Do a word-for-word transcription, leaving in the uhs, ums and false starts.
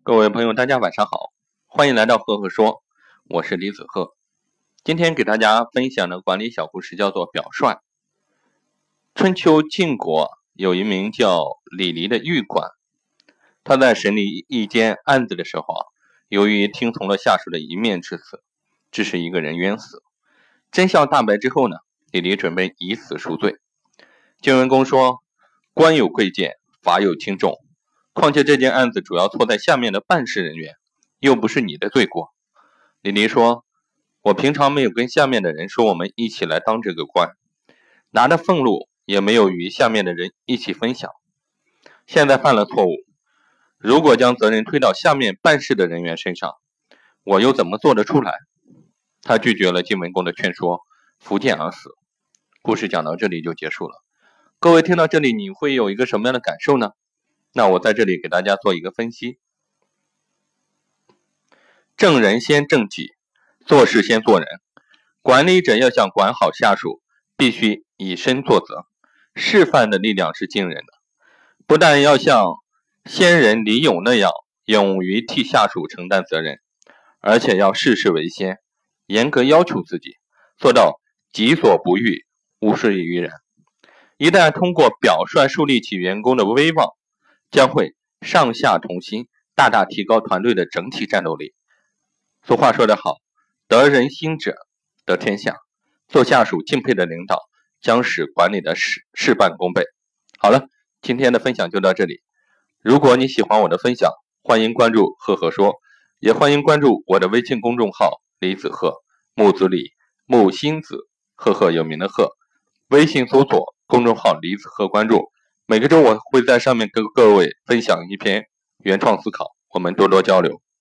各位朋友，大家晚上好，欢迎来到赫赫说，我是李子赫。今天给大家分享的管理小故事叫做表率。春秋晋国有一名叫李黎的狱官，他在审理一件案子的时候啊，由于听从了下属的一面之词，致使一个人冤死。真相大白之后呢，李黎准备以死赎罪。晋文公说，官有贵贱，法有轻重，况且这件案子主要错在下面的办事人员，又不是你的罪过。李黎说，我平常没有跟下面的人说我们一起来当这个官，拿的俸禄也没有与下面的人一起分享。现在犯了错误，如果将责任推到下面办事的人员身上，我又怎么做得出来？他拒绝了晋文公的劝说，伏剑而死。故事讲到这里就结束了。各位听到这里，你会有一个什么样的感受呢？那我在这里给大家做一个分析。正人先正己，做事先做人。管理者要想管好下属，必须以身作则。示范的力量是惊人的，不但要像先人李勇那样勇于替下属承担责任，而且要事事为先，严格要求自己，做到己所不欲，勿施于人。一旦通过表率树立起员工的威望，将会上下同心，大大提高团队的整体战斗力。俗话说得好，得人心者得天下。做下属敬佩的领导，将使管理的事事半功倍。好了，今天的分享就到这里。如果你喜欢我的分享，欢迎关注赫赫说，也欢迎关注我的微信公众号李子赫，木子李，木心子，赫赫有名的赫。微信搜索公众号李子赫，关注。每个周我会在上面跟各位分享一篇原创思考，我们多多交流。